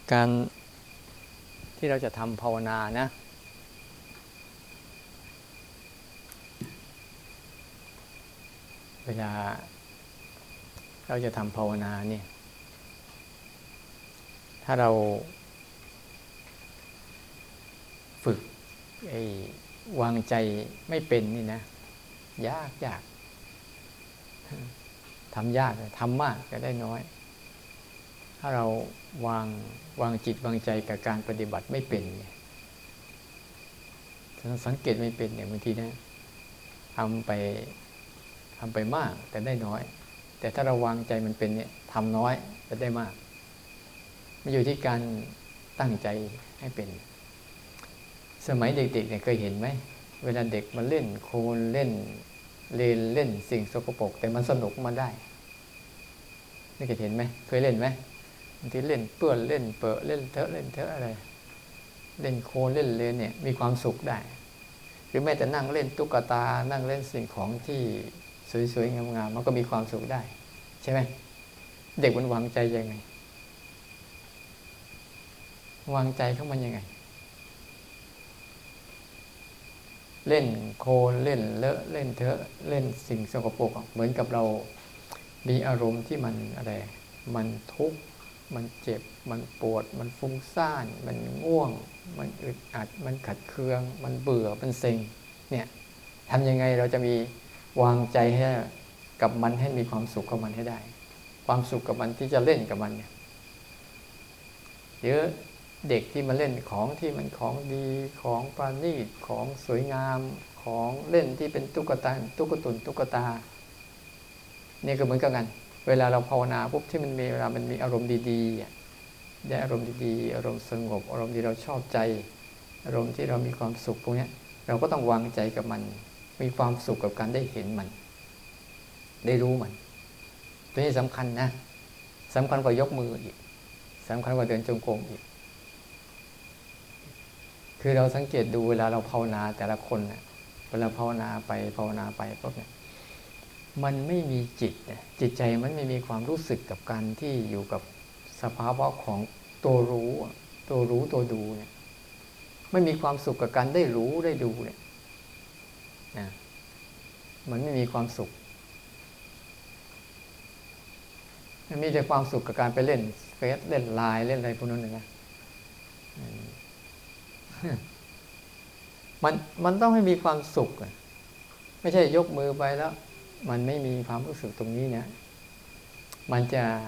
การที่เราจะทำภาวนานะเวลาเราจะทำภาวนาเนี่ยถ้าเราฝึกวางใจไม่เป็นนี่นะยากทำยากทำมากก็ได้น้อยถ้าเราวางจิตวางใจกับการปฏิบัติไม่เป็นเนี่ยสังเกตไม่เป็นเนี่ยบางทีนะทำไปมากแต่ได้น้อยแต่ถ้าเราวางใจมันเป็นเนี่ยทำน้อยแต่ได้มากมันอยู่ที่การตั้งใจให้เป็นสมัยเด็กๆเนี่ยเคยเห็นไหมเวลาเด็กมาเล่นโคลนเล่นเลนเล่นสิ่งสกปรกแต่มันสนุกมาได้ไม่เคยเห็นไหมเคยเล่นไหมบางทีเล่นเปื้อนเล่นเปอะเล่นเถอะอะไรเล่นโคลนเล่นเลนเนี่ยมีความสุขได้หรือแม้แต่นั่งเล่นตุ๊กตานั่งเล่นสิ่งของที่สวยๆงามๆมันก็มีความสุขได้ใช่ไหมเด็กมันวางใจยังไงวางใจของมันยังไงเล่นโคลนเล่นเลอะเล่นเถอะเล่นสิ่งสกปรกเหมือนกับเรามีอารมณ์ที่มันอะไรมันทุกข์มันเจ็บมันปวดมันฟุ้งซ่านมันง่วงมันอึดอัดมันขัดเคืองมันเบื่อมันเซ็งเนี่ยทำยังไงเราจะมีวางใจให้กับมันให้มีความสุขกับมันให้ได้ความสุขกับมันที่จะเล่นกับมันเนี่ยเยอะเด็กที่มาเล่นของที่มันของดีของประณีตของสวยงามของเล่นที่เป็นตุ๊กตาตุ๊กตาเนี่ยก็เหมือนกันเวลาเราภาวนาปุ๊บที่มันมีเวลามันมีอารมณ์ดีๆได้อารมณ์ดีๆอารมณ์สงบอารมณ์ที่เราชอบใจอารมณ์ที่เรามีความสุขพวกนี้เราก็ต้องวางใจกับมันมีความสุขกับการได้เห็นมันได้รู้มันตัวนี้สำคัญนะสำคัญกว่ายกมืออีกสำคัญกว่าเดินจงกรมอีกคือเราสังเกตดูเวลาเราภาวนาแต่ละคนเนี่ยเวลาภาวนาไปปุ๊บเนี่ยมันไม่มีจิตใจมันไม่มีความรู้สึกกับการที่อยู่กับสภาวะของตัวรู้ตัวดูเนี่ยไม่มีความสุขกับการได้รู้ได้ดูเนี่ยนะมันไม่มีความสุขมันมีแต่ความสุขกับการไปเล่นเฟซเล่นไลน์เล่นอะไรพวกนั้นนะมันต้องให้มีความสุขไม่ใช่ยกมือไปแล้วมันไม่มีความรู้สึกตรงนี้เนี่ยมัน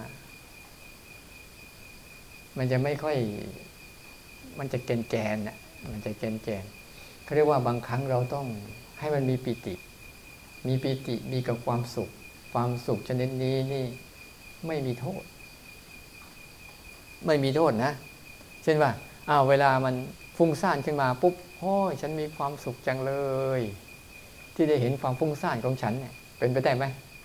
จะไม่ค่อยมันจะแกนน่ะมันจะแกนเขาเรียกว่าบางครั้งเราต้องให้มันมีปิติมีกับความสุขชนิดนี้นี่ไม่มีโทษนะเช่นว่าเวลามันฟุ้งซ่านขึ้นมาปุ๊บโอ้ยฉันมีความสุขจังเลยที่ได้เห็นความฟุ้งซ่านของฉันเนี่ยเป็นไปได้ไหม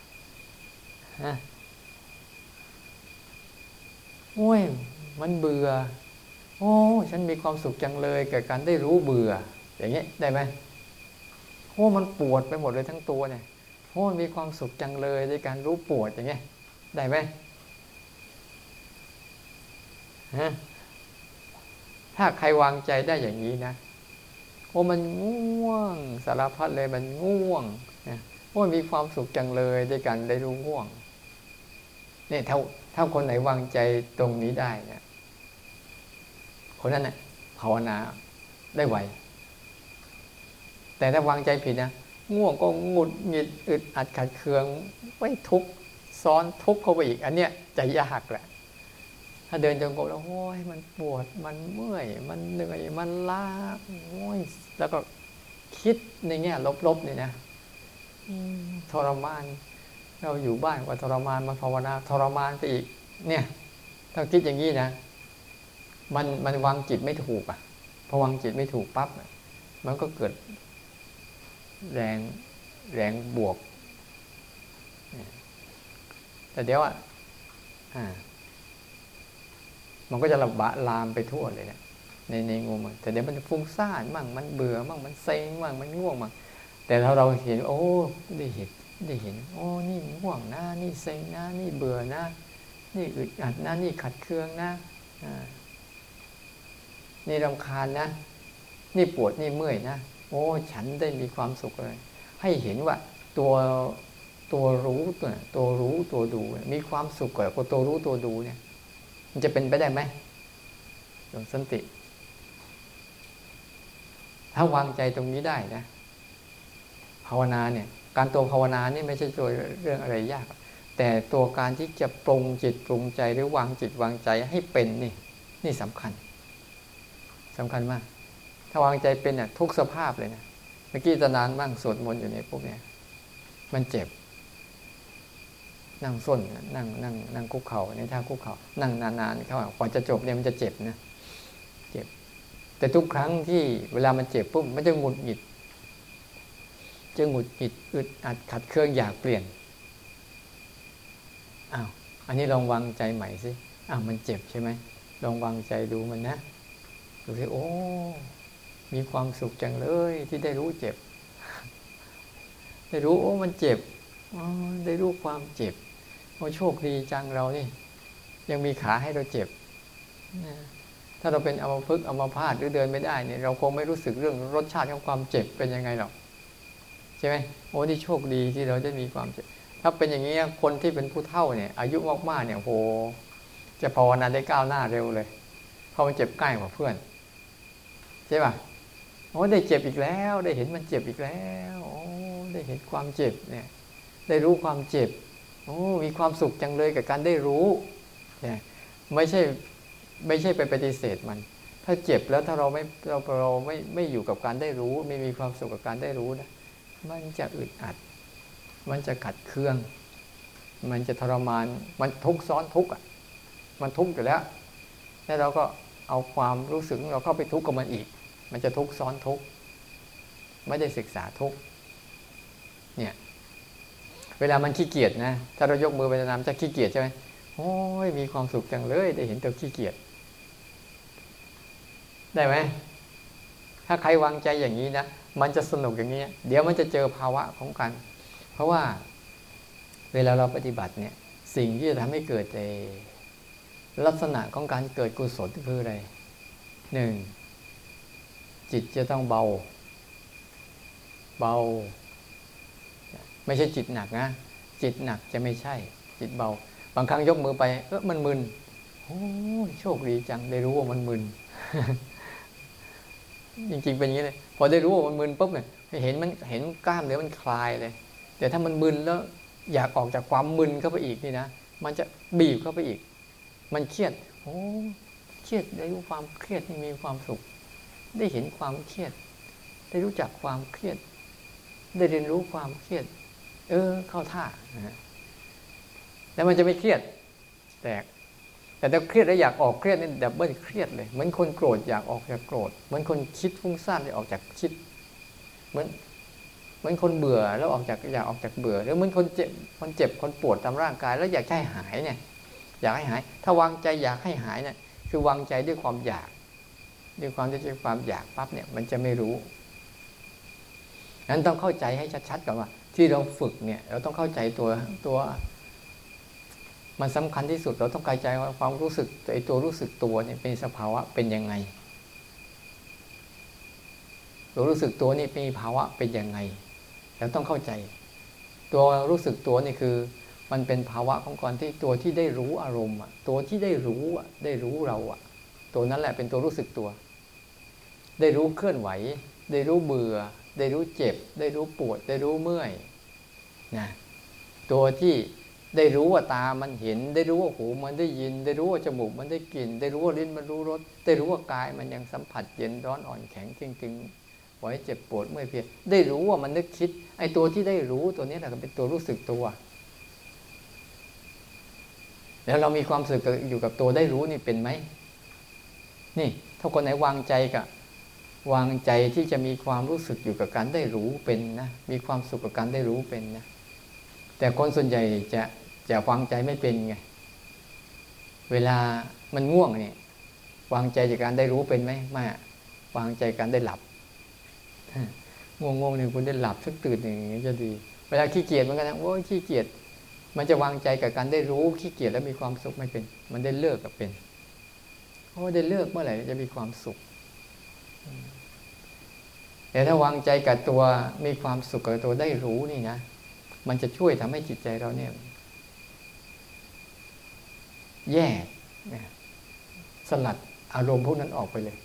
โอ้ยมันเบื่อโอ้ฉันมีความสุขจังเลยกับการได้รู้เบื่ออย่างเงี้ยได้ไหมโอ้มันปวดไปหมดเลยทั้งตัวเนี่ยโอ้มีความสุขจังเลยในการรู้ปวดอย่างเงี้ยได้ไหมถ้าใครวางใจได้อย่างนี้นะโอ้มันง่วงสารพัดเลยมันง่วงนะโอ้มีความสุขจังเลยในการได้รู้ง่วงเนี่ยถ้าคนไหนวางใจตรงนี้ได้เนี่ยคนนั้นน่ะภาวนาได้ไวแต่ถ้าวางใจผิดนะง่วงก็หงุดหงิดอึดอัดขัดเคืองไม่ทุกข์ซ้อนทุกข์เข้าไปอีกอันเนี้ยจะยากแหละถ้าเดินจงกรมแล้วโอ้ยมันปวดมันเมื่อยมันเหนื่อยมันล้าโอ้ยแล้วก็คิดในแง่ลบๆนี่นะทรมานเราอยู่บ้านว่าทรมานมาภาวนาทรมานไปอีกเนี่ยถ้าคิดอย่างนี้นะมันวางจิตไม่ถูกพอวางจิตไม่ถูกปั๊บมันก็เกิดแรงบวกแต่เดี๋ยวมันก็จะระบาดลามไปทั่วเลยเนี่ยในงูมันแต่เดี๋ยวมันจะฟุ้งซ่านมั่งมันเบื่อมั่งมันเซ็งมั่งมันง่วงมั่งแต่เราเห็นโอ้ได้เห็นโอ้นี่ง่วงนะนี่เซ็งนะนี่เบื่อนะนี่อึดอัดนะนี่ขัดเคืองนะนี่รำคาญนะนี่ปวดนี่เมื่อยนะโอ้ฉันได้มีความสุขเลยให้เห็นว่าตัวรู้ตัวรู้ตัวดูมีความสุขกว่าตัวรู้ตัวดูเนี่ยมันจะเป็นไปได้ไหมโยมสันติถ้าวางใจตรงนี้ได้นะภาวนาเนี่ยการตัวภาวนานี่ไม่ใช่ตัวเรื่องอะไรยากแต่ตัวการที่จะปรุงจิตปรุงใจหรือวางจิตวางใจให้เป็นนี่สำคัญมากถ้าวางใจเป็นเนี่ยทุกสภาพเลยนะเมื่อกี้ตะนานบ้างสวดมนต์อยู่ในพวกเนี้ยมันเจ็บนั่งส้นนั่งคุกเข่าในท่าคุกเข่านั่งนานๆเขากว่าจะจบเนี่ยมันจะเจ็บนะเจ็บแต่ทุกครั้งที่เวลามันเจ็บปุ๊บมันจะหงุดหงิดอึดอัดขัดเคืองอยากเปลี่ยนอ้าวอันนี้ลองวางใจใหม่สิอ้าวมันเจ็บใช่ไหมลองวางใจดูมันนะดูสิโอ้มีความสุขจังเลยที่ได้รู้เจ็บได้รู้โอ้มันเจ็บได้รู้ความเจ็บโอ้โชคดีจังเรานี่ยังมีขาให้เราเจ็บถ้าเราเป็นอัมพฤกษ์อัมพาตหรือเดินไม่ได้เนี่ยเราคงไม่รู้สึกเรื่องรสชาติของความเจ็บเป็นยังไงหรอกใช่ไหมโอ้ที่โชคดีที่เราได้มีความเจ็บถ้าเป็นอย่างนี้คนที่เป็นผู้เฒ่าเนี่ยอายุมากๆเนี่ยโหจะภาวนาได้ก้าวหน้าเร็วเลยเพราะมันเจ็บใกล้กว่าเพื่อนใช่ป่ะโอ้ได้เจ็บอีกแล้วได้เห็นมันเจ็บอีกแล้วโอ้ได้เห็นความเจ็บเนี่ยได้รู้ความเจ็บโอ้มีความสุขจังเลยกับการได้รู้เนี่ยไม่ใช่ไปปฏิเสธมันถ้าเจ็บแล้วถ้าเราไม่อยู่กับการได้รู้ไม่มีความสุขกับการได้รู้นะมันจะอึดอัดมันจะขัดเคืองมันจะทรมานมันทุกข์ซ้อนทุกข์อ่ะมันทุกข์อยู่แล้วแล้วเราก็เอาความรู้สึกเราเข้าไปทุกข์กับมันอีกมันจะทุกข์ซ้อนทุกข์ไม่ได้ศึกษาทุกข์เนี่ยเวลามันขี้เกียจนะถ้าเรายกมือไปนำจะขี้เกียจใช่ไหมโอ้ยมีความสุขจังเลยได้เห็นตัวขี้เกียจได้ไหมถ้าใครวางใจอย่างนี้นะมันจะสนุกอย่างนี้เดี๋ยวมันจะเจอภาวะของกันเพราะว่าเวลาเราปฏิบัติเนี่ยสิ่งที่จะทำให้เกิดลักษณะของการเกิดกุศลคืออะไรหนึ่งจิตจะต้องเบาไม่ใช่จิตหนักนะจิตหนักจะไม่ใช่จิตเบาบางครั้งยกมือไปมันมึนโอ้โชคดีจังได้รู้ว่ามันมึน จริงๆเป็นอย่างนี้เลยพอได้รู้ว่ามันมึนปุ๊บเนี่ยเห็นกล้ามเนื้อมันคลายเลยแต่ถ้ามันมึนแล้วอยากออกจากความมึนเข้าไปอีกนี่นะมันจะบีบเข้าไปอีกมันเครียดโอ้เครียดได้รู้ความเครียดนี่มีความสุขได้เห็นความเครียดได้รู้จักความเครียดได้เรียนรู้ความเครียดเข้าท่าแล้วมันจะไม่เครียดแต่ถ้าเครียดแล้วอยากออกเครียดนี่ดับเบิลเครียดเลยเหมือนคนโกรธอยากออกจากโกรธเหมือนคนคิดฟุ้งซ่านอยากออกจากคิดเหมือนคนเบื่อแล้วอยากออกจากเบื่อหรือเหมือนคนเจ็บคนปวดตามร่างกายแล้วอยากให้หายเนี่ยอยากให้หายถ้าวางใจอยากให้หายเนี่ยคือวางใจด้วยความอยากด้วยความที่ความอยากปั๊บเนี่ยมันจะไม่รู้งั้นต้องเข้าใจให้ชัดๆก่อนว่าที่เราฝึกเนี่ยเราต้องเข้าใจตัวมันสำคัญที่สุดเราต้องเข้าใจว่าความรู้สึกตัวรู้สึกตัวเนี่ยเป็นสภาวะเป็นยังไงตัวรู้สึกตัวนี่มีภาวะเป็นยังไงเราต้องเข้าใจตัวรู้สึกตัวนี่คือมันเป็นภาวะของการที่ตัวที่ได้รู้อารมณ์ตัวที่ได้รู้ได้รู้เราตัวนั้นแหละเป็นตัวรู้สึกตัวได้รู้เคลื่อนไหวได้รู้เบื่อได้รู้เจ็บได้รู้ปวดได้รู้เมื่อยนะตัวที่ได้รู้ว่าตามันเห็นได้รู้ว่าหูมันได้ยินได้รู้ว่าจมูกมันได้กลิ่นได้รู้ว่าลิ้นมันรู้รสได้รู้ว่ากายมันยังสัมผัสเย็นร้อนอ่อนแข็งตึงๆไหวเจ็บปวดเมื่อยเพลียได้รู้ว่ามันนึกคิดไอ้ตัวที่ได้รู้ตัวนี้แหละเป็นตัวรู้สึกตัวแล้วเรามีความสุขอยู่กับตัวได้รู้นี่เป็นไหมนี่ถ้าคนไหนวางใจที่จะมีความรู้สึกอยู่กับการได้รู้เป็นนะมีความสุขกับการได้รู้เป็นนะแต่คนส่วนใหญ่จะวางใจไม่เป็นไงเวลามันง่วงเนี่ยวางใจจากการได้รู้เป็นไหมไม่วางใจการได้หลับง่วงๆเนี่ยคุณได้หลับสักตื่นอย่างนี้จะดีเวลาขี้เกียจมันก็นะโอ้ยขี้เกียจมันจะวางใจกับการได้รู้ขี้เกียจแล้วมีความสุขไม่เป็นมันได้เลิกกับเป็นเพราะว่าได้เลิกเมื่อไหร่จะมีความสุขแต่ถ้าวางใจกับตัวมีความสุขกับตัวได้รู้นี่นะมันจะช่วยทำให้จิตใจเราเนี่ยแยกสลัดอารมณ์พวกนั้นออกไปเลย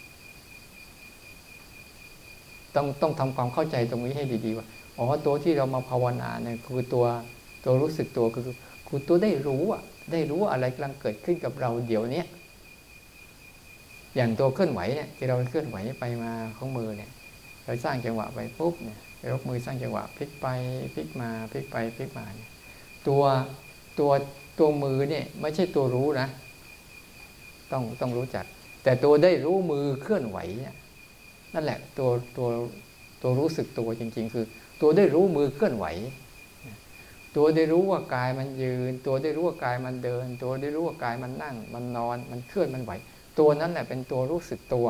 ต้องทำความเข้าใจตรงนี้ให้ดีๆว่าอ๋อตัวที่เรามาภาวนาเนี่ยคือตัวรู้สึกตัวคือตัวได้รู้ได้รู้ว่าอะไรกำลังเกิดขึ้นกับเราเดี๋ยวนี้อย่างตัวเคลื่อนไหวเนี่ยที่เราเคลื่อนไหวไปมาของมือเนี่ยเราสร้างจังหวะไปปุ๊บเนี่ยยกมือสร้างจังหวะพลิกไปพลิกมาพลิกไปพลิกมาเนี่ยตัวมือเนี่ยไม่ใช่ตัวรู้นะต้องรู้จักแต่ตัวได้รู้มือเคลื่อนไหวเนี่ยนั่นแหละตัวรู้สึกตัวจริงๆคือตัวได้รู้มือเคลื่อนไหวตัวได้รู้ว่ากายมันยืนตัวได้รู้ว่ากายมันเดินตัวได้รู้ว่ากายมันนั่งมันนอนมันเคลื่อนมันไหวตัวนั้นแหละเป็นตัวรู้สึกตัว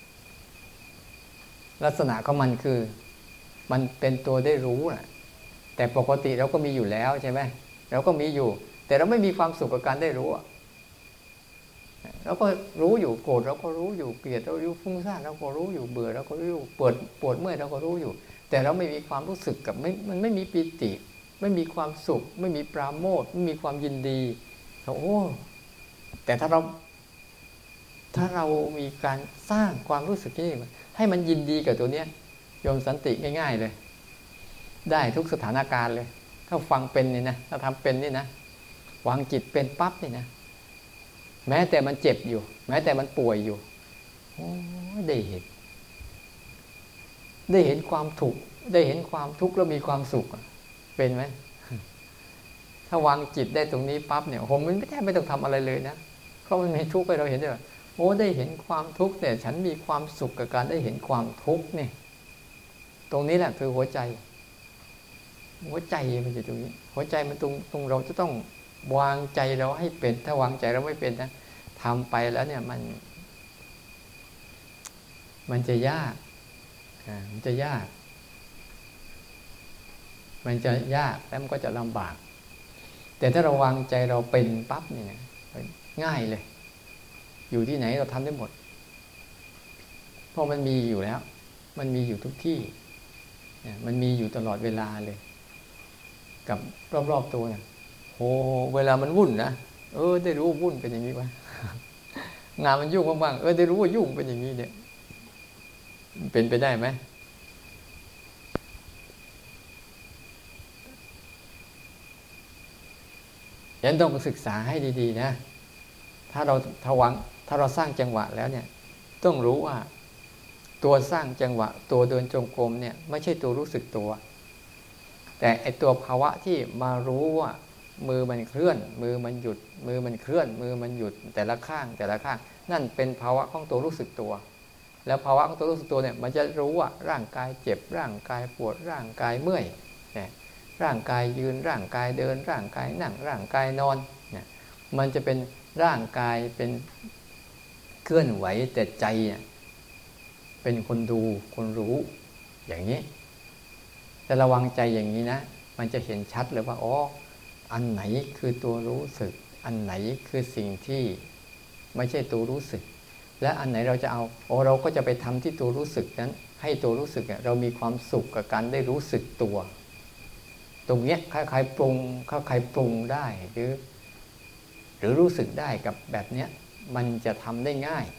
ลักษณะของมันคือมันเป็นตัวได้รู้นะแต่ปกติเราก็มีอยู่แล้วใช่ไหมเราก็มีอยู่แต่เราไม่มีความสุขกับการได้รู้เราก็รู้อยู่โกรธเราก็รู้อยู่เกลียดเรารู้ฟุ้งซ่านเราก็รู้อยู่เบื่อเราก็รู้อยู่ปวดเมื่อยเราก็รู้อยู่แต่เราไม่มีความรู้สึกกับมันไม่มีปิติไม่มีความสุขไม่มีปราโมทย์ไม่มีความยินดีโอ้แต่ถ้าเรามีการสร้างความรู้สึกนี้ให้มันยินดีกับตัวเนี้ยโยมสันติง่ายๆเลยได้ทุกสถานการณ์เลยถ้าฟังเป็นนี่นะถ้าทำเป็นนี่นะวางจิตเป็นปั๊บนี่นะแม้แต่มันเจ็บอยู่แม้แต่มันป่วยอยู่โอ้ได้เห็นความทุกข์ได้เห็นความทุกข์แล้วมีความสุขเป็นไหมถ้าวางจิตได้ตรงนี้ปั๊บเนี่ยผมไม่ต้องทำอะไรเลยนะเพราะมันมีทุกข์ให้เราเห็นด้วยโอ้ได้เห็นความทุกข์แต่ฉันมีความสุขกับการได้เห็นความทุกข์เนี่ยตรงนี้แหละคือหัวใจมันอยู่ตรงนี้หัวใจมันตรงเราจะต้องวางใจเราให้เป็นถ้าวางใจเราไม่เป็นนะทำไปแล้วเนี่ยมันจะยากมันจะยากแล้วมันก็จะลำบากแต่ถ้าเราวางใจเราเป็นปั๊บเนี่ยง่ายเลยอยู่ที่ไหนเราทำได้หมดเพราะมันมีอยู่แล้วมันมีอยู่ทุกที่มันมีอยู่ตลอดเวลาเลยกับรอบๆตัวเนี่ยโอ้เวลามันวุ่นนะได้รู้วุ่นเป็นอย่างนี้วะงานมันยุ่งบ้างได้รู้ว่ายุ่งเป็นอย่างนี้เนี่ยเป็นไปได้ไหมยันต้องศึกษาให้ดีๆนะถ้าเราสร้างจังหวะแล้วเนี่ยต้องรู้ว่าตัวสร้างจังหวะตัวเดินจงกรมเนี่ยไม่ใช่ตัวรู้สึกตัวแต่ไอตัวภาวะที่มารู้ว่ามือมันเคลื่อนมือมันหยุดมือมันเคลื่อนมือมันหยุดแต่ละข้างนั่นเป็นภาวะของตัวรู้สึกตัวแล้วภาวะของตัวรู้สึกตัวเนี่ยมันจะรู้ว่าร่างกายเจ็บร่างกายปวดร่างกายเมื่อยร่างกายยืนร่างกายเดินร่างกายนั่งร่างกายนอนเนี่ยมันจะเป็นร่างกายเป็นเคลื่อนไหวแต่ใจเป็นคนดูคนรู้อย่างนี้แต่ระวังใจอย่างนี้นะมันจะเห็นชัดเลยว่าอันไหนคือตัวรู้สึกอันไหนคือสิ่งที่ไม่ใช่ตัวรู้สึกและอันไหนเราจะเอาเราก็จะไปทำที่ตัวรู้สึกนั้นให้ตัวรู้สึกเรามีความสุขกับการได้รู้สึกตัวตรงนี้ใครปรุงได้หรือรู้สึกได้กับแบบเนี้ยมันจะทำได้ง่าย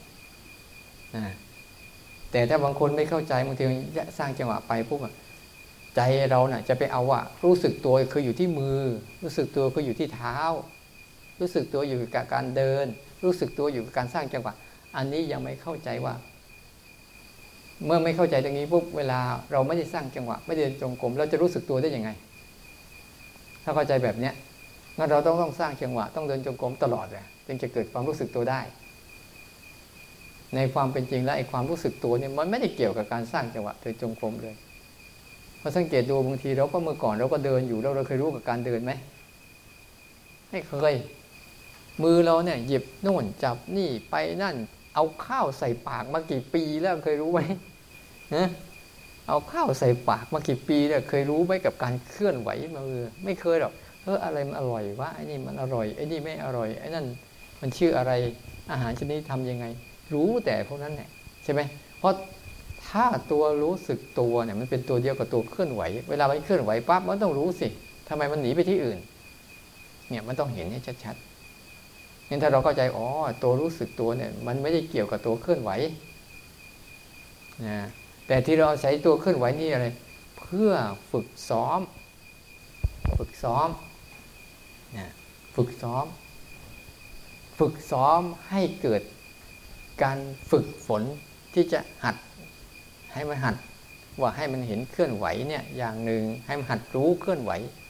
แต่ถ้าบางคนไม่เข้าใจบางทีสร้างจังหวะไปปุ๊บใจเราน่ะจะไปเอาว่ารู้สึกตัวคืออยู่ที่มือรู้สึกตัวคืออยู่ที่เท้ารู้สึกตัวอยู่กับการเดินรู้สึกตัวอยู่กับการสร้างจังหวะอันนี้ยังไม่เข้าใจว่าเมื่อไม่เข้าใจตรงนี้ปุ๊บเวลาเราไม่ได้สร้างจังหวะไม่ได้เดินจงกรมเราจะรู้สึกตัวได้ยังไงถ้าเข้าใจแบบนี้งั้นเราต้องสร้างจังหวะต้องเดินจงกรมตลอดเลยจึงจะเกิดความรู้สึกตัวได้ในความเป็นจริงแล้วไอ้ความรู้สึกตัวเนี่ยมันไม่ได้เกี่ยวกับการสร้างจังหวะเดินจงกรมเลยพอสังเกตดูบางทีเราก็เมื่อก่อนเราก็เดินอยู่เราเคยรู้กับการเดินไหมไม่เคยมือเราเนี่ยหยิบโน่นจับนี่ไปนั่นเอาข้าวใส่ปากมากี่ปีแล้วเคยรู้ไหมเอาข้าวใส่ปากมากี่ปีแล้วเคยรู้ไหมกับการเคลื่อนไหวมือไม่เคยหรอกอะไรมันอร่อยวะไอ้นี่มันอร่อยไอ้นี่ไม่อร่อยไอ้นั่นมันชื่ออะไรอาหารชนิดทำยังไงรู้แต่พวกนั้นแหละใช่ไหมเพราะถ้าตัวรู้สึกตัวเนี่ยมันเป็นตัวเดียวกับตัวเคลื่อนไหวเวลามันเคลื่อนไหวปั๊บมันต้องรู้สิทำไมมันหนีไปที่อื่นเนี่ยมันต้องเห็นให้ชัดๆงั้นถ้าเราเข้าใจอ๋อตัวรู้สึกตัวเนี่ยมันไม่ได้เกี่ยวกับตัวเคลื่อนไหวนะแต่ที่เราใช้ตัวเคลื่อนไหวนี่อะไรเพื่อฝึกซ้อมนะฝึกซ้อมให้เกิดการฝึกฝนที่จะหัดให้มันหัดว่าให้มันเห็นเคลื่อนไหวเนี่ยอย่างหนึ่งให้มันหัดรู้เคลื่อนไหว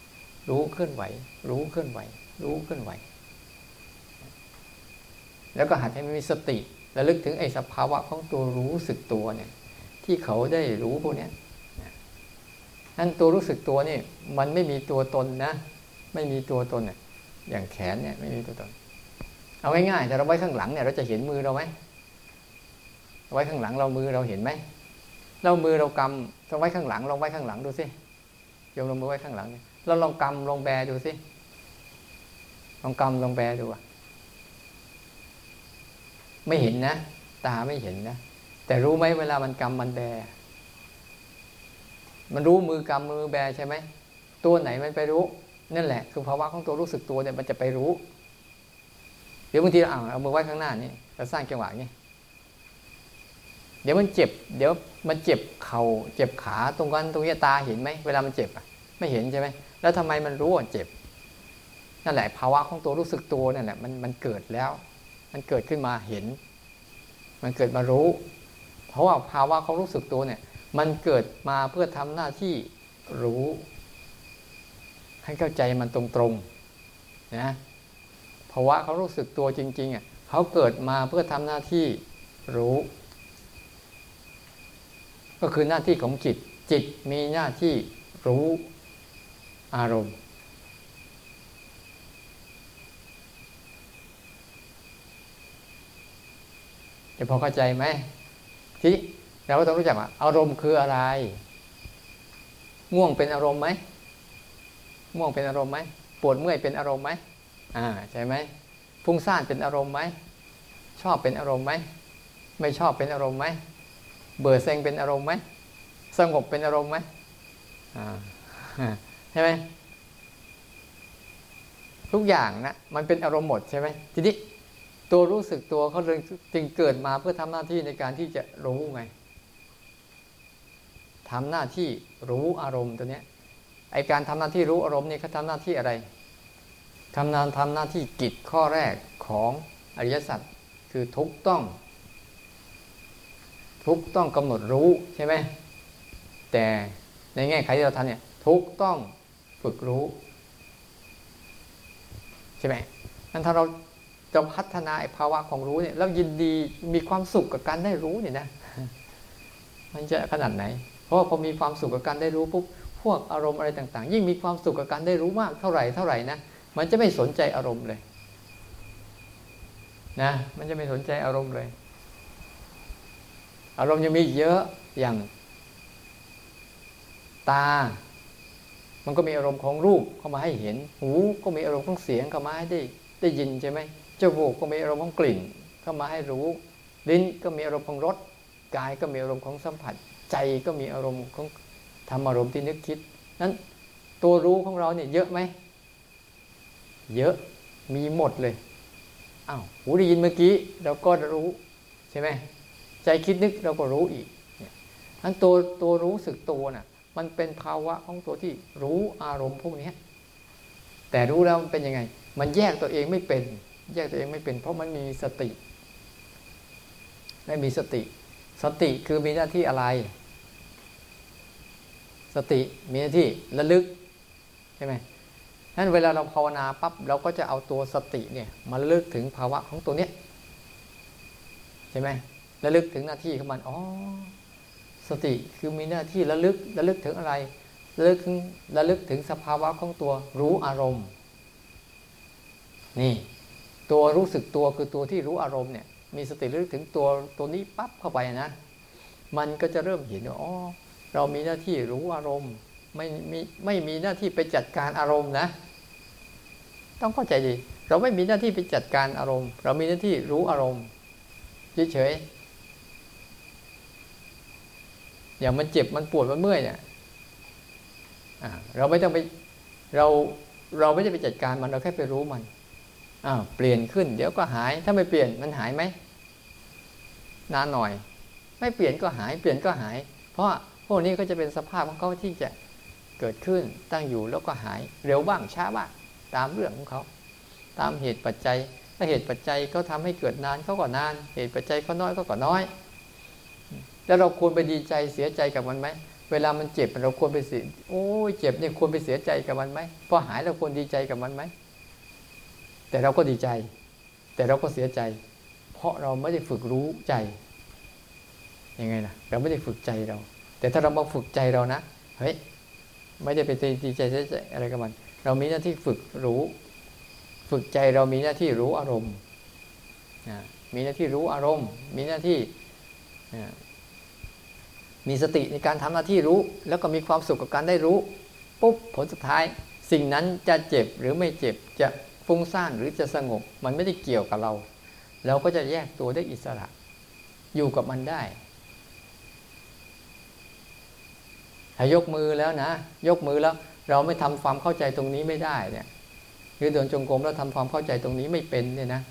แล้วก็หัดให้มันมีสติระลึกถึงไอ้สภาวะของตัวรู้สึกตัวเนี่ยที่เขาได้รู้พวกนี้นั่นตัวรู้สึกตัวนี่มันไม่มีตัวตนนะไม่มีตัวตนเนี่ยอย่างแขนเนี่ยไม่มีตัวตนเอาง่ายๆแต่เราไว้ข้างหลังเนี่ยเราจะเห็นมือเราไหมไว้ข้างหลังเรามือเราเห็นไหมเรามือเรากำต้องไว้ข้างหลังลองไว้ข้างหลังดูสิโยมลองมือไว้ข้างหลังเราลองกำลองแบดูสิลองกำลองแบดูไม่เห็นนะตาไม่เห็นนะแต่รู้ไหมเวลามันกำมันแบมันรู้มือกำมือแบใช่ไหมตัวไหนมันไปรู้นั่นแหละคือภาวะของตัวรู้สึกตัวเนี่ยมันจะไปรู้เดี๋ยวบางทีเอามือไว้ข้างหน้านี่เราสร้างจังหวะนี่เดี๋ยวมันเจ็บเดี๋ยวมันเจ็บเข่าเจ็บขาตรงนั้นตรงนี้ตาเห็นไหมเวลามันเจ็บไม่เห็นใช่ไหมแล้วทำไมมันรู้ว่าเจ็บนั่นแหละภาวะของตัวรู้สึกตัวนั่นแหละมันเกิดแล้วมันเกิดขึ้นมาเห็นมันเกิดมารู้เพราะว่าภาวะของรู้สึกตัวเนี่ยมันเกิดมาเพื่อทำหน้าที่รู้ให้เข้าใจมันตรงๆนะภาวะเขารู้สึกตัวจริงๆเขาเกิดมาเพื่อทำหน้าที่รู้ก็คือหน้าที่ของจิตมีหน้าที่รู้อารมณ์จะพอเข้าใจไหมทีนี้เราก็ต้องรู้จักว่าอารมณ์คืออะไรง่วงเป็นอารมณ์ไหมง่วงเป็นอารมณ์ไหมปวดเมื่อยเป็นอารมณ์ไหมใช่ไหมฟุ้งซ่านเป็นอารมณ์ไหมชอบเป็นอารมณ์ไหมไม่ชอบเป็นอารมณ์ไหมเบื่อเซ็งเป็นอารมณ์ไหมสงบเป็นอารมณ์ไหมใช่ไหมทุกอย่างนะมันเป็นอารมณ์หมดใช่ไหมทีนี้ตัวรู้สึกตัวเขาจึงเกิดมาเพื่อทำหน้าที่ในการที่จะรู้ไงทำหน้าที่รู้อารมณ์ตัวนี้ไอการทำหน้าที่รู้อารมณ์นี่เขาทำหน้าที่อะไรทำหน้าที่กิจข้อแรกของอริยสัจคือทุกข์ต้องกำหนดรู้ใช่ไหมแต่ในแง่ไขที่เราทำเนี่ยทุกข์ต้องฝึกรู้ใช่ไหมงั้นถ้าเราจะพัฒนาภาวะของรู้เนี่ยแล้วยินดีมีความสุขกับการได้รู้เนี่ยนะมันจะขนาดไหนเพราะว่าพอมีความสุขกับการได้รู้ปุ๊บพวกอารมณ์อะไรต่างๆยิ่งมีความสุขกับการได้รู้มากเท่าไหร่นะมันจะไม่สนใจอารมณ์เลยนะมันจะไม่สนใจอารมณ์เลยอารมณ์ยังมีเยอะอย่างตามันก็มีอารมณ์ของรูปเข้ามาให้เห็นหูก็มีอารมณ์ของเสียงเข้ามาให้ได้ยินใช่ไหมจมูกก็มีอารมณ์ของกลิ่นเข้ามาให้รู้ลิ้นก็มีอารมณ์ของรสกายก็มีอารมณ์ของสัมผัสใจก็มีอารมณ์ของธรรมอารมณ์ที่นึกคิดนั้นตัวรู้ของเราเนี่ยเยอะไหมเยอะมีหมดเลยหูได้ยินเมื่อกี้เราก็รู้ใช่ไหมใจคิดนึกเราก็รู้อีกนั้นตัวรู้สึกตัวน่ะมันเป็นภาวะของตัวที่รู้อารมณ์พวกนี้แต่รู้แล้วมันเป็นยังไงมันแยกตัวเองไม่เป็นเพราะมันมีสติไม่มีสติคือมีหน้าที่อะไรสติมีหน้าที่ระลึกใช่ไหมนั้นเวลาเราภาวนาปั๊บเราก็จะเอาตัวสติเนี่ยมาระลึกถึงภาวะของตัวเนี้ยใช่ไหมระลึกถึงหน้าที่ของมันสติคือมีหน้าที่ระลึกถึงอะไรระลึกถึงสภาวะของตัวรู้อารมณ์นี่ตัวรู้สึกตัวคือตัวที่รู้อารมณ์เนี่ยมีสติระลึกถึงตัวนี้ปั๊บเข้าไปนะมันก็จะเริ่มเห็นว่าเรามีหน้าที่รู้อารมณ์ไม่มีหน้าที่ไปจัดการอารมณ์นะต้องเข้าใจดีเราไม่มีหน้าที่ไปจัดการอารมณ์เรามีหน้าที่รู้อารมณ์เฉยอย่างมันเจ็บมันปวดมันเมื่อยเนี่ยเราไม่ต้องไปเราไม่ได้ไปจัดการมันเราแค่ไปรู้มันเปลี่ยนขึ้นเดี๋ยวก็หายถ้าไม่เปลี่ยนมันหายไหมนานหน่อยไม่เปลี่ยนก็หายเปลี่ยนก็หายเพราะพวกนี้ก็จะเป็นสภาพของเขาที่จะเกิดขึ้นตั้งอยู่แล้วก็หายเร็วบ้างช้าบ้างตามเรื่องของเขาตามเหตุปัจจัยถ้าเหตุปัจจัยเขาทำให้เกิดนานเขาก็นานเหตุปัจจัยเขาน้อยก็น้อยแล้วเราควรไปดีใจเสียใจกับมันไหมเวลามันเจ็บเราควรไปโอ้ยเจ็บเนี่ยควรไปเสียใจกับมันไหมพอหายเราควรดีใจกับมันไหมแต่เราก็ดีใจแต่เราก็เสียใจเพราะเราไม่ได้ฝึกรู้ใจยังไงล่ะเราไม่ได้ฝึกใจเราแต่ถ้าเรามาฝึกใจเรานะเฮ้ยไม่ได้ไปดีใจเสียใจอะไรกับมันเรามีหน้าที่ฝึกรู้ฝึกใจเรามีหน้าที่รู้อารมณ์มีหน้าที่รู้อารมณ์มีหน้าที่มีสติในการทำหน้าที่รู้แล้วก็มีความสุขกับการได้รู้ปุ๊บผลสุดท้ายสิ่งนั้นจะเจ็บหรือไม่เจ็บจะฟุ้งซ่านหรือจะสงบมันไม่ได้เกี่ยวกับเราเราก็จะแยกตัวได้อิสระอยู่กับมันได้ถ้ายกมือแล้วนะยกมือแล้วเราไม่ทำความเข้าใจตรงนี้ไม่ได้เนี่ยหรือเดินจงกรมแล้วทำความเข้าใจตรงนี้ไม่เป็นเนี่ยนะ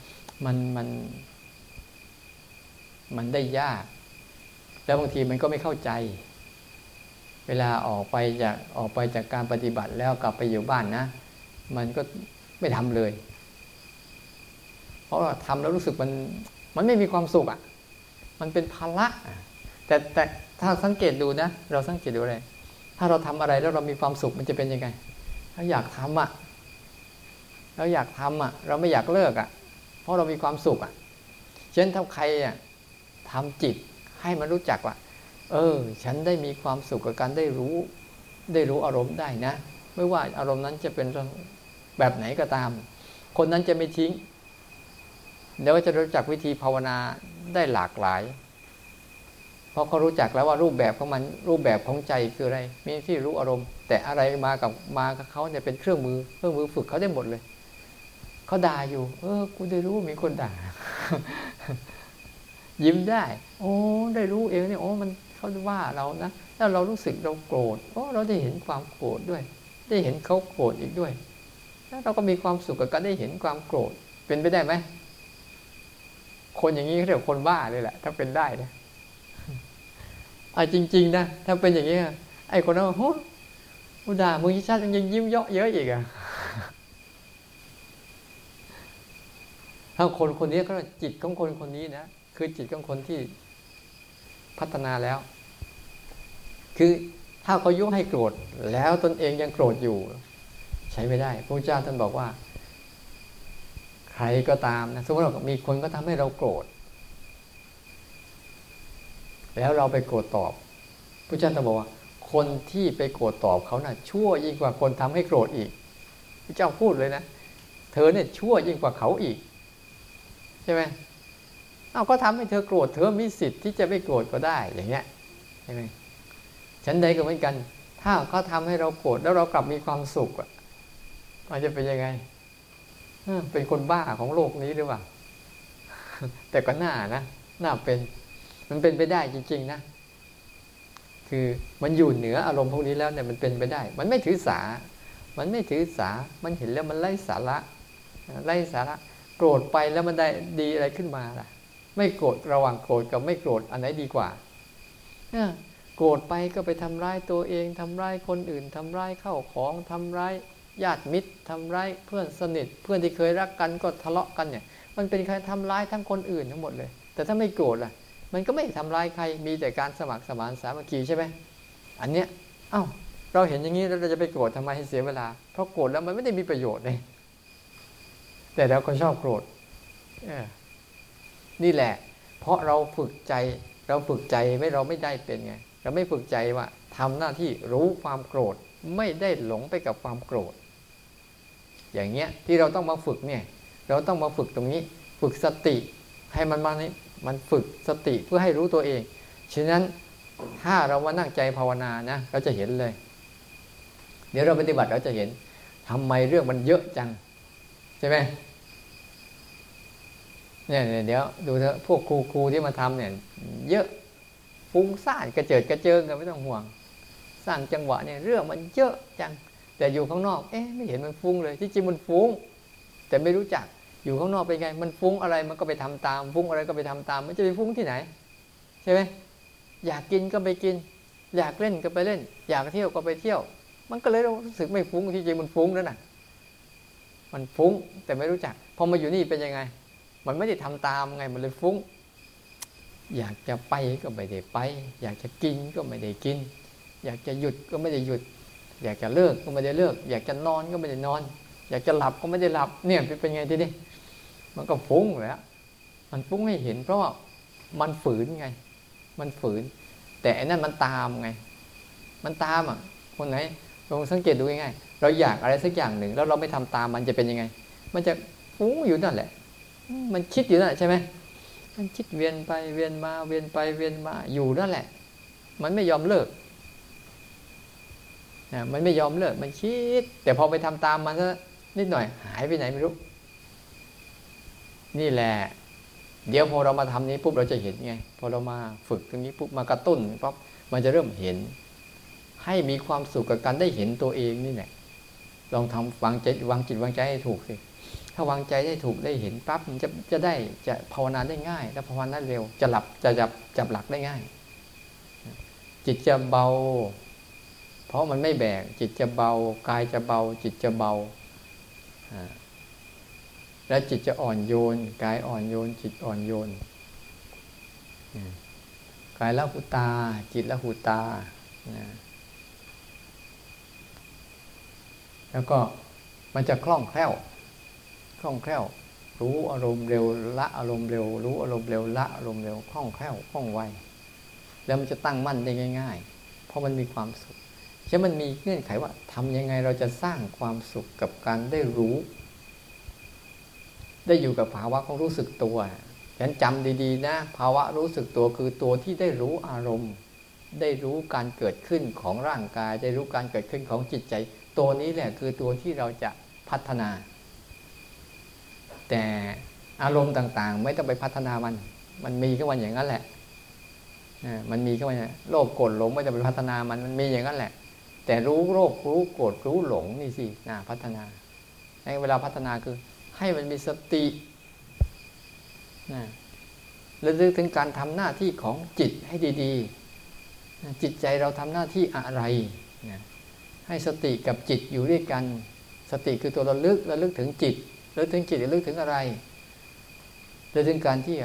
มันได้ยากแล้วบางทีมันก็ไม่เข้าใจเวลาออกไปจากการปฏิบัติแล้วกลับไปอยู่บ้านนะมันก็ไม่ทำเลยเพราะว่าทำแล้วรู้สึกมันไม่มีความสุขอ่ะมันเป็นภาระแต่ถ้าสังเกตดูนะเราสังเกตดูอะไรถ้าเราทำอะไรแล้วเรามีความสุขมันจะเป็นยังไงเราอยากทำเราอยากทำเราไม่อยากเลิกเพราะเรามีความสุขเช่นถ้าใครทำจิตให้มันรู้จักว่าฉันได้มีความสุขกับการได้รู้อารมณ์ได้นะไม่ว่าอารมณ์นั้นจะเป็นแบบไหนก็ตามคนนั้นจะไม่ทิ้งแล้วก็จะรู้จักวิธีภาวนาได้หลากหลายเพราะเขารู้จักแล้วว่ารูปแบบของมันรูปแบบของใจคืออะไรมีที่รู้อารมณ์แต่อะไรมากับเขาเนี่ยเป็นเครื่องมือฝึกเขาได้หมดเลยเขาด่าอยู่กูได้รู้มีคนด่า ยิ้มได้ได้รู้เองเนี่ยมันเขาว่าเรานะแล้วเรารู้สึกเราโกรธเราได้เห็นความโกรธด้วยได้เห็นเขาโกรธอีกด้วยแล้วเราก็มีความสุขกับการได้เห็นความโกรธเป็นไปได้ไหมคนอย่างนี้เขาเรียกคนบ้าเลยแหละถ้าเป็นได้นะจริงๆนะถ้าเป็นอย่างนี้ไอ้คนนั้นกูด่ามึงชัดๆยังยิ้มเยอะเยอะอีกถ้าคนนี้ก็จิตของคนนี้นะคือจิตของคนที่พัฒนาแล้วคือถ้าเขายุให้โกรธแล้วตนเองยังโกรธอยู่ใช้ไม่ได้พระเจ้าท่านบอกว่าใครก็ตามนะสมมติว่ามีคนก็ทำให้เราโกรธแล้วเราไปโกรธตอบพระเจ้าท่านบอกว่าคนที่ไปโกรธตอบเขาน่ะชั่วยิ่งกว่าคนทำให้โกรธอีกพระเจ้าพูดเลยนะเธอเนี่ยชั่วยิ่งกว่าเขาอีกใช่ไหมก็ทำให้เธอโกรธเธอมีสิทธิ์ที่จะไม่โกรธก็ได้อย่างเงี้ยใช่ไหมฉันใดก็เหมือนกันถ้าเขาทำให้เราโกรธแล้วเรากลับมีความสุขมันจะเป็นยังไงเป็นคนบ้าของโลกนี้หรือเปล่าแต่ก็น่าเป็นมันเป็นไปได้จริงๆนะคือมันอยู่เหนืออารมณ์พวกนี้แล้วเนี่ยมันเป็นไปได้มันไม่ถือสามันเห็นแล้วมันไร้สาระโกรธไปแล้วมันได้ดีอะไรขึ้นมาล่ะไม่โกรธระหว่างโกรธกับไม่โกรธอันไหนดีกว่าโกรธไปก็ไปทำร้ายตัวเองทำร้ายคนอื่นทำร้ายข้าวของทำร้ายญาติมิตรทำร้ายเพื่อนสนิทเพื่อนที่เคยรักกันก็ทะเลาะกันเนี่ยมันเป็นการทำร้ายทั้งคนอื่นทั้งหมดเลยแต่ถ้าไม่โกรธล่ะมันก็ไม่ทำร้ายใครมีแต่การสมัครสมานสามัคคีใช่ไหมอันเนี้ยเราเห็นอย่างนี้แล้วเราจะไปโกรธทำไมให้เสียเวลาเพราะโกรธแล้วมันไม่ได้มีประโยชน์เลยแต่เราก็ชอบโกรธนี่แหละเพราะเราฝึกใจเราไม่ได้เป็นไงเราไม่ฝึกใจว่าทำหน้าที่รู้ความโกรธไม่ได้หลงไปกับความโกรธอย่างเงี้ยที่เราต้องมาฝึกเนี่ยเราต้องมาฝึกตรงนี้ฝึกสติให้มันฝึกสติเพื่อให้รู้ตัวเองฉะนั้นถ้าเรามานั่งใจภาวนานะเราจะเห็นเลยเดี๋ยวเราปฏิบัติเราจะเห็นทำไมเรื่องมันเยอะจังใช่ไหมเนี่ยเดี๋ยวดูเถอะพวกครูที่มาทำเนี่ยเยอะฟุ้งซ่านกระเจิดกระเจิงกันไม่ต้องห่วงสร้างจังหวะเนี่ยเรื่องมันเยอะจังแต่อยู่ข้างนอกไม่เห็นมันฟุ้งเลยที่จริงมันฟุ้งแต่ไม่รู้จักอยู่ข้างนอกเป็นไงมันฟุ้งอะไรมันก็ไปทำตามฟุ้งอะไรก็ไปทำตามมันจะไปฟุ้งที่ไหนใช่ไหมอยากกินก็ไปกินอยากเล่นก็ไปเล่นอยากเที่ยวก็ไปเที่ยวมันก็เลยรู้สึกไม่ฟุ้งที่จริงมันฟุ้งนั่นน่ะมันฟุ้งแต่ไม่รู้จักพอมาอยู่นี่เป็นยังไงมันไม่ได้ทำตามไงมันเลยฟุ้งอยากจะไปก็ไม่ได้ไปอยากจะกินก็ไม่ได้กินอยากจะหยุดก็ไม่ได้หยุดอยากจะเลิกก็ไม่ได้เลิกอยากจะนอนก็ไม่ได้นอนอยากจะหลับก็ไม่ได้หลับเนี่ยเป็นไงทีนี้มันก็ฟุ้งแล้วมันฟุ้งให้เห็นเพราะว่ามันฝืนไงมันฝืนแต่อันนั้นมันตามไงมันตามอ่ะคนไหนลองสังเกตดูง่ายๆเราอยากอะไรสักอย่างหนึ่งแล้วเราไม่ทำตามมันจะเป็นยังไงมันจะฟุ้งอยู่นั่นแหละมันคิดอยู่นั่นใช่ไหมมันคิดเวียนไปเวียนมาเวียนไปเวียนมาอยู่นั่นแหละมันไม่ยอมเลิกมันไม่ยอมเลิกมันคิดแต่พอไปทำตามมันซะนิดหน่อยหายไปไหนไม่รู้นี่แหละเดี๋ยวพอเรามาทำนี้ปุ๊บเราจะเห็นไงพอเรามาฝึกตรงนี้ปุ๊บมากระตุ้นปั๊บมันจะเริ่มเห็นให้มีความสุขกับการได้เห็นตัวเองนี่แหละลองทำวางจิตวางใจให้ถูกสิถ้าวางใจได้ถูกได้เห็นปั๊บมันจะได้จะภาวนาได้ง่ายและภาวนาเร็วจะหลับจะจับหลักได้ง่ายจิตจะเบาเพราะมันไม่แบกจิตจะเบากายจะเบาจิตจะเบาแล้วจิตจะอ่อนโยนกายอ่อนโยนจิตอ่อนโยนกายละหุตาจิตละหุตาแล้วก็มันจะคล่องแคล่วรู้อารมณ์เร็วละอารมณ์เร็วรู้อารมณ์เร็วละอารมณ์เร็วคล่องแคล่วคล่องไวแล้วมันจะตั้งมั่นได้ง่ายๆเพราะมันมีความสุขฉะนั้นมันมีเงื่อนไขว่าทำยังไงเราจะสร้างความสุขกับการได้รู้ได้อยู่กับภาวะของรู้สึกตัวฉะนั้นจำดีๆนะภาวะรู้สึกตัวคือตัวที่ได้รู้อารมณ์ได้รู้การเกิดขึ้นของร่างกายได้รู้การเกิดขึ้นของจิตใจตัวนี้แหละคือตัวที่เราจะพัฒนาแต่อารมณ์ต่างๆไม่ต้องไปพัฒนามันมีแค่วันอย่างนั้นแหละมันมีแค่วันโลภโกรธหลงไม่ต้องไปพัฒนามันมีอย่างนั้นแหละแต่รู้โลภรู้โกรธรู้หลงนี่สิพัฒนาในเวลาพัฒนาคือให้มันมีสติระลึกถึงการทำหน้าที่ของจิตให้ดีๆจิตใจเราทำหน้าที่อะไรให้สติกับจิตอยู่ด้วยกันสติคือตัวระลึกถึงจิตระลึกถึงจิตระลึกถึงอะไรระลึกถึงการที่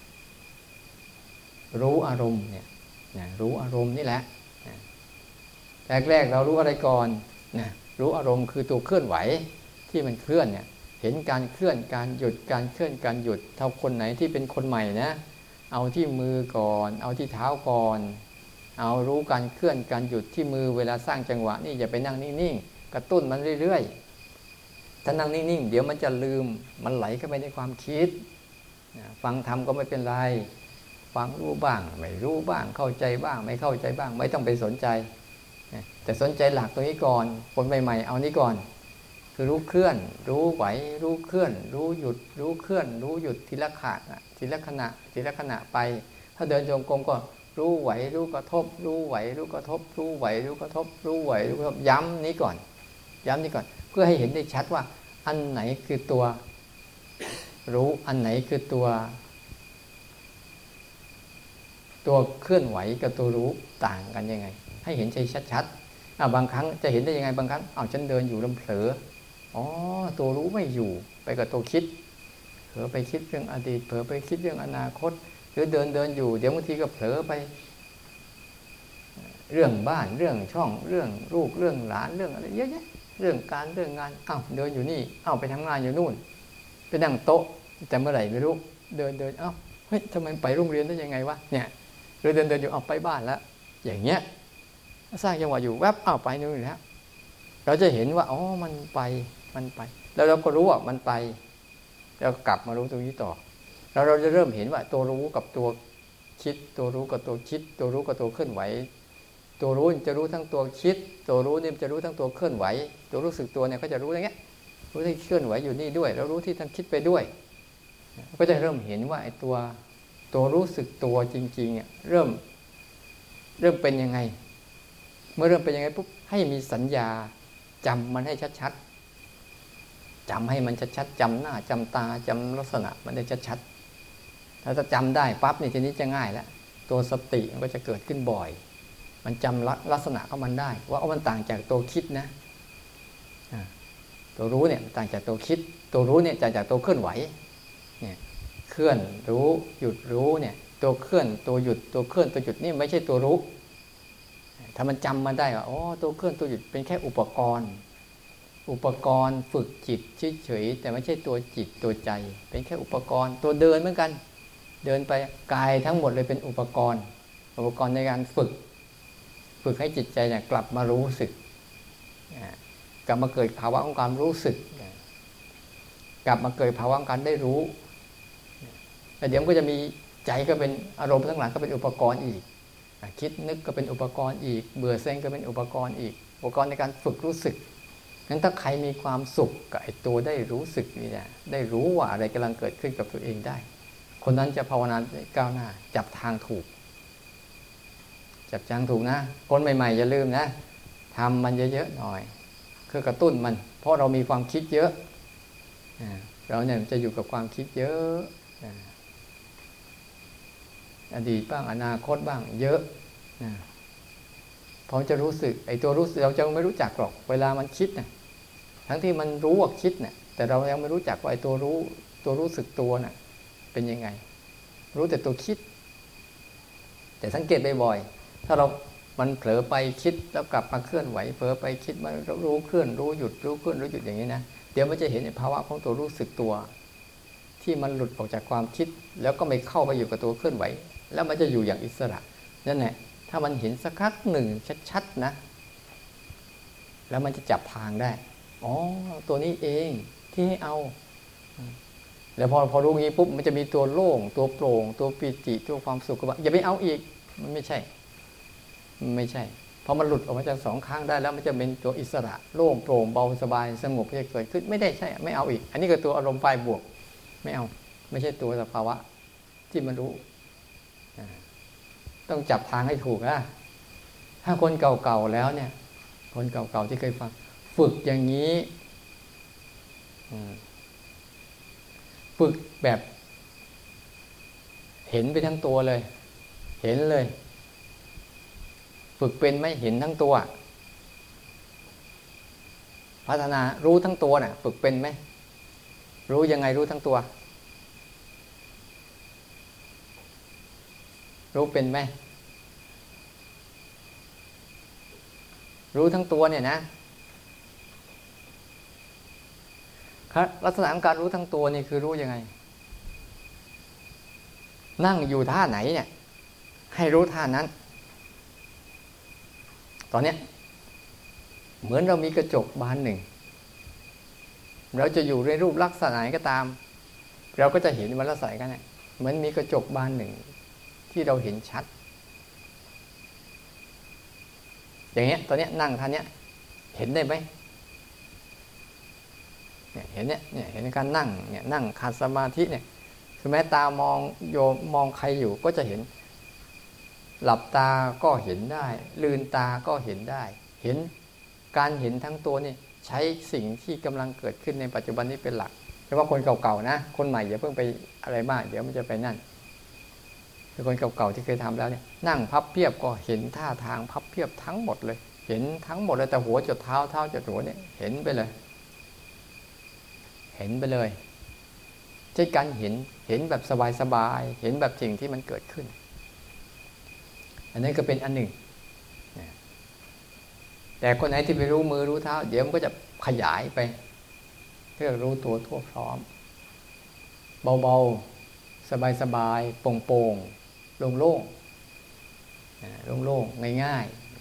รู้อารมณ์เนี่ยรู้อารมณ์นี่แหละแรกเรารู้อะไรก่อนรู้อารมณ์คือตัวเคลื่อนไหวที่มันเคลื่อนเนี่ยเห็นการเคลื่อนการหยุดการเคลื่อนการหยุดถ้าคนไหนที่เป็นคนใหม่นะเอาที่มือก่อนเอาที่เท้าก่อนเอารู้การเคลื่อนการหยุดที่มือเวลาสร้างจังหวะนี่อย่าไปนั่งนิ่งๆกระตุ้นมันเรื่อยๆถ้านั่งนิ่งๆเดี๋ยวมันจะลืมมันไหลเข้าไปในความคิดฟังธรรมก็ไม่เป็นไรฟังรู้บ้างไม่รู้บ้างเข้าใจบ้างไม่เข้าใจบ้างไม่ต้องไปสนใจแต่สนใจหลักตรงนี้ก่อนคนใหม่ๆเอานี้ก่อนคือรู้เคลื่อนรู้ไหวรู้เคลื่อนรู้หยุดรู้เคลื่อนรู้หยุดทีละขณะทีละขณะไปถ้าเดินจงกรมก็รู้ไหวรู้กระทบรู้ไหวรู้กระทบรู้ไหวรู้กระทบรู้ไหวรู้กระทบย้ำนี้ก่อนเพื่อให้เห็นได้ชัดว่าอันไหนคือตัวรู้อันไหนคือตัวเคลื่อนไหวกับตัวรู้ต่างกันยังไงให้เห็นชัดๆบางครั้งจะเห็นได้ยังไงบางครั้งฉันเดินอยู่ลำเผลอตัวรู้ไม่อยู่ไปกับตัวคิดเผลอไปคิดเรื่องอดีตเผลอไปคิดเรื่องอนาคตหรือเดินอยู่เดี๋ยวบางทีก็เผลอไปเรื่องบ้านเรื่องช่องเรื่องลูกเรื่องหลานเรื่องอะไรเยอะแยะเรื่องการเรื่องงานเดินอยู่นี่ไปทำงานอยู่นู่นไปนั่งโต๊ะแต่เมื่อไหร่ไม่รู้เดินเฮ้ยทำไมไปโรงเรียนได้ยังไงวะเนี่ยหรือเดินอยู่ไปบ้านแล้วอย่างเงี้ยสร้างจังหวะอยู่แวบไปนู่นแล้วเราจะเห็นว่ามันไปแล้วเราก็รู้ว่ามันไปแล้วกลับมารู้ตรงนี้ต่อแล้วเราจะเริ่มเห็นว่าตัวรู้กับตัวคิดตัวรู้กับตัวคิดตัวรู้กับตัวเคลื่อนไหวตัวรู้จะรู้ทั้งตัวคิดตัวรู้นี่จะรู้ทั้งตัวเคลื่อนไหวตัวรู้สึกตัวเนี่ยก็จะรู้อย่างเงี้ยรู้ที่เคลื่อนไหวอยู่นี่ด้วยแล้วรู้ที่ท่านคิดไปด้วยก็จะเริ่มเห็นว่าไอ้ตัวรู้สึกตัวจริงๆเริ่มเริ่มเป็นยังไงเมื่อเริ่มเป็นยังไงปุ๊บให้มีสัญญาจำมันให้ชัดๆจำให้มันชัดๆจำหน้าจำตาจำลักษณะมันได้ชัดๆถ้าจะจำได้ปั๊บนี่ทีนี้จะง่ายแล้วตัวสติมันก็จะเกิดขึ้นบ่อยมันจำลักษณะของมันได้ว่ามันต่างจากตัวคิดนะตัวรู้เนี่ยต่างจากตัวคิดตัวรู้เนี่ยต่างจากตัวเคลื่อนไหวเนี่ยเคลื่อนรู้หยุดรู้เนี่ยตัวเคลื่อนตัวหยุดตัวเคลื่อนตัวหยุดนี่ไม่ใช่ตัวรู้ถ้ามันจำมาได้ว่าอ๋อตัวเคลื่อนตัวหยุดเป็นแค่อุปกรณ์ฝึกจิตเฉยๆแต่ไม่ใช่ตัวจิตตัวใจเป็นแค่อุปกรณ์ตัวเดินเหมือนกันเดินไปกายทั้งหมดเลยเป็นอุปกรณ์ในการฝึกให้จิตใจเนี่ยกลับมารู้สึกกลับมาเกิดภาวะของการรู้สึกกลับมาเกิดภาวะของการได้รู้แล้วเดี๋ยวมันก็จะมีใจก็เป็นอารมณ์ทั้งหลายก็เป็นอุปกรณ์อีกคิดนึกก็เป็นอุปกรณ์อีกเบื่อเซ็งก็เป็นอุปกรณ์อีกอุปกรณ์ในการฝึกรู้สึกงั้นถ้าใครมีความสุขกับไอ้ตัวได้รู้สึกนี่นะได้รู้ว่าอะไรกำลังเกิดขึ้นกับตัวเองได้คนนั้นจะภาวนาก้าวหน้าจับทางถูกนะคนใหม่ๆอย่าลืมนะทำมันเยอะๆหน่อยคือกระตุ้นมันเพราะเรามีความคิดเยอะเราเนี่ยจะอยู่กับความคิดเยอะอดีตบ้างอนาคตบ้างเยอะพอจะรู้สึกไอ้ตัวรู้สึกเราจะไม่รู้จักหรอกเวลามันคิดนะทั้งที่มันรู้ว่าคิดนะแต่เรายังไม่รู้จักว่าไอ้ตัวรู้สึกตัวน่ะเป็นยังไงรู้แต่ตัวคิดแต่สังเกตบ่อยๆถ้ามันเผลอไปคิดแล้วกลับมาเคลื่อนไหวเผลอไปคิดมารู้เคลื่อนรู้หยุดรู้เคลื่อนรู้หยุดอย่างนี้นะเดี๋ยวมันจะเห็นในภาวะของตัวรู้สึกตัวที่มันหลุดออกจากความคิดแล้วก็ไม่เข้าไปอยู่กับตัวเคลื่อนไหวแล้วมันจะอยู่อย่างอิสระนั่นแหละถ้ามันเห็นสักครั้งหนึ่งชัดๆนะแล้วมันจะจับทางได้อ๋อตัวนี้เองที่ให้เอาแล้วพอรู้งี้ปุ๊บมันจะมีตัวโล่งตัวโปร่งตัวปิติตัวความสุขก็บอกอย่าไปเอาอีกมันไม่ใช่พอมันหลุดออกมาจากสองข้างได้แล้วมันจะเป็นตัวอิสระโล่งโปร่งเบาสบายสงบที่จะเกิดขึ้นไม่ได้ใช่ไม่เอาอีกอันนี้คือตัวอารมณ์ฝ่ายบวกไม่เอาไม่ใช่ตัวสภาวะที่มันรู้ต้องจับทางให้ถูกนะถ้าคนเก่าๆแล้วเนี่ยคนเก่าๆที่เคยฟังฝึกอย่างนี้ฝึกแบบเห็นไปทั้งตัวเลยเห็นเลยฝึกเป็นไหมเห็นทั้งตัวพัฒนารู้ทั้งตัวน่ะฝึกเป็นไหมรู้ยังไงรู้ทั้งตัวรู้เป็นไหมรู้ทั้งตัวเนี่ยนะลักษณะของการรู้ทั้งตัวนี่คือรู้ยังไงนั่งอยู่ท่าไหนเนี่ยให้รู้ท่านั้นตอนนี้เหมือนเรามีกระจกบานหนึ่งเราจะอยู่ในรูปลักษณะไหนก็ตามเราก็จะเห็นมันลักษณะกันเนี่ยเหมือนมีกระจกบานหนึ่งที่เราเห็นชัดอย่างเงี้ยตอนนี้นั่งท่านเนี้ยเห็นได้ไหมเนี่ยเห็นเนี่ยเห็นการนั่งเนี่ยนั่งขัดสมาธิเนี่ยคือแม้ตามองโยมมองใครอยู่ก็จะเห็นหลับตาก็เห็นได้ลืมตาก็เห็นได้เห็นการเห็นทั้งตัวนี่ใช้สิ่งที่กำลังเกิดขึ้นในปัจจุบันนี้เป็นหลักเฉพาะคนเก่าๆนะคนใหม่อย่าเพิ่งไปอะไรมากเดี๋ยวมันจะไปนั่นคือคนเก่าๆที่เคยทำแล้วเนี่ยนั่งพับเพียบก็เห็นท่าทางพับเพียบทั้งหมดเลยเห็นทั้งหมดเลยแต่หัวจดเท้าจดหัวเนี่ยเห็นไปเลยใช่การเห็นแบบสบายๆเห็นแบบสิ่งที่มันเกิดขึ้นอันนี้ก็เป็นอันหนึ่งแต่คนไหนที่ไปรู้มือรู้เท้าเดี๋ยวมันก็จะขยายไปเพื่อรู้ตัวทั่วพร้อมเบาๆสบายๆโปร่งๆโล่งๆง่าย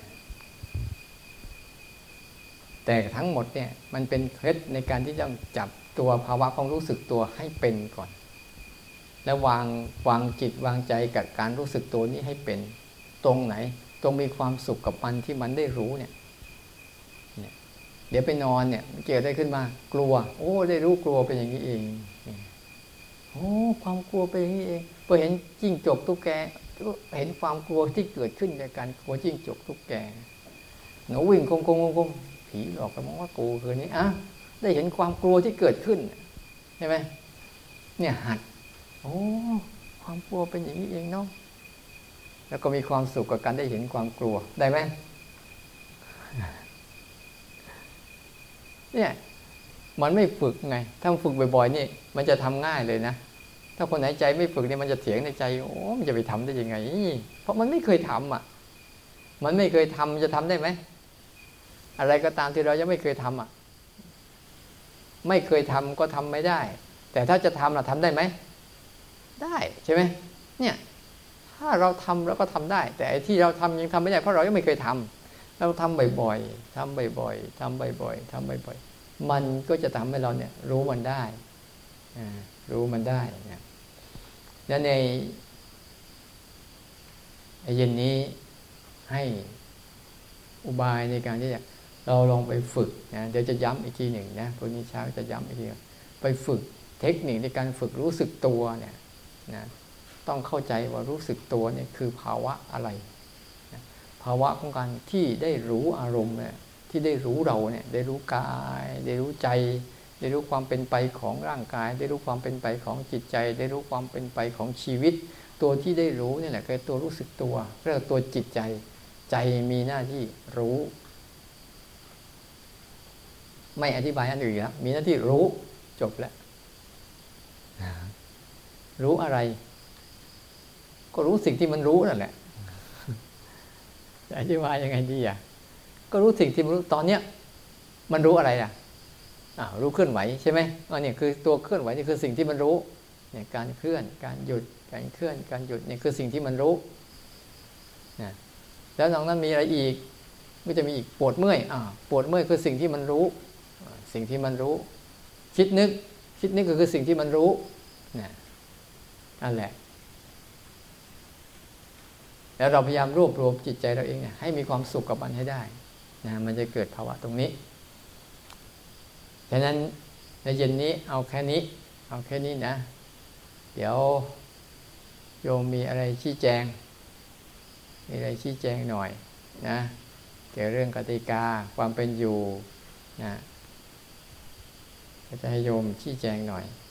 ๆแต่ทั้งหมดเนี่ยมันเป็นเคล็ดในการที่จะจับตัวภาวะของรู้สึกตัวให้เป็นก่อนแล้ววางจิตวางใจกับการรู้สึกตัวนี้ให้เป็นตรงไหนตรงมีความสุขกับมันที่มันได้รู้เนี่ยเดี๋ยวไปนอนเนี่ยเกิดได้ขึ้นมากลัวโอ้ได้รู้กลัวเป็นอย่างนี้เองโอ้ความกลัวเป็นอย่างนี้เองพอเห็นจิ้งจกตุ๊กแกเห็นความกลัวที่เกิดขึ้นในการกลัวจิ้งจกตุ๊กแกหนูวิ่งคงผีหลอกกันมองว่ากลัวคืนนี้ได้เห็นความกลัวที่เกิดขึ้นใช่ไหมเนี่ยหัดโอ้ความกลัวเป็นอย่างนี้เองเนาะแล้วก็มีความสุขกับการได้เห็นความกลัวได้ไหมเนี่ยมันไม่ฝึกไงถ้าฝึกบ่อยๆนี่มันจะทำง่ายเลยนะถ้าคนไหนใจไม่ฝึกเนี่ยมันจะเถียงในใจโอ้มันจะไปทำได้ยังไงเพราะมันไม่เคยทำอ่ะมันไม่เคยทำจะทำได้ไหมอะไรก็ตามที่เรายังไม่เคยทำอ่ะไม่เคยทำก็ทำไม่ได้แต่ถ้าจะทำล่ะทำได้ไหมได้ใช่ไหมเนี่ยถ้าเราทำเราก็ทำได้แต่ไอ้ที่เราทำยังทำไม่ได้เพราะเรายังไม่เคยทำเราทำบ่อยๆทำบ่อยๆทำบ่อยๆทำบ่อยๆมันก็จะทำให้เราเนี่ยรู้มันได้รู้มันได้เนี่ยและในเย็นนี้ให้อุบายในการที่จะเราลองไปฝึกนะเดี๋ยวจะย้ำอีกทีหนึ่งนะพรุ่งนี้เช้าจะย้ำอีกทีไปฝึกเทคนิคในการฝึกรู้สึกตัวเนี่ยนะต้องเข้าใจว่ารู้สึกตัวเนี่ยคือภาวะอะไรนะภาวะของการที่ได้รู้อารมณ์เนี่ยที่ได้รู้เราเนี่ยได้รู้กายได้รู้ใจได้รู้ความเป็นไปของร่างกายได้รู้ความเป็นไปของจิตใจได้รู้ความเป็นไปของชีวิตตัวที่ได้รู้นี่แหละคือตัวรู้สึกตัวเรียกตัวจิตใจใจมีหน้าที่รู้ไม่อธิบายอันอื่นแล้วมีหน้าที่รู้จบแล้วรู้อะไรก็รู้สิ่งที่มันรู้นั่นแหละจะอธิบายยังไงดีก็รู้สิ่งที่มันรู้ตอนเนี้ยมันรู้อะไรรู้เคลื่อนไหวใช่ไหมเนี่ยคือตัวเคลื่อนไหวนี่คือสิ่งที่มันรู้เนี่ยการเคลื่อนการหยุดการเคลื่อนการหยุดเนี่ยคือสิ่งที่มันรู้นะแล้วนอกนั้นมีอะไรอีกก็จะมีอีกปวดเมื่อยปวดเมื่อยคือสิ่งที่มันรู้สิ่งที่มันรู้คิดนึกก็คือสิ่งที่มันรู้นั่นแหละแล้วเราพยายามรวบรวมจิตใจเราเองให้มีความสุขกับมันให้ได้นะมันจะเกิดภาวะตรงนี้ฉะนั้นในเย็นนี้เอาแค่นี้นะเดี๋ยวโยมมีอะไรชี้แจงหน่อยนะเกี่ยวเรื่องกติกาความเป็นอยู่นะจะให้โยมชี้แจงหน่อย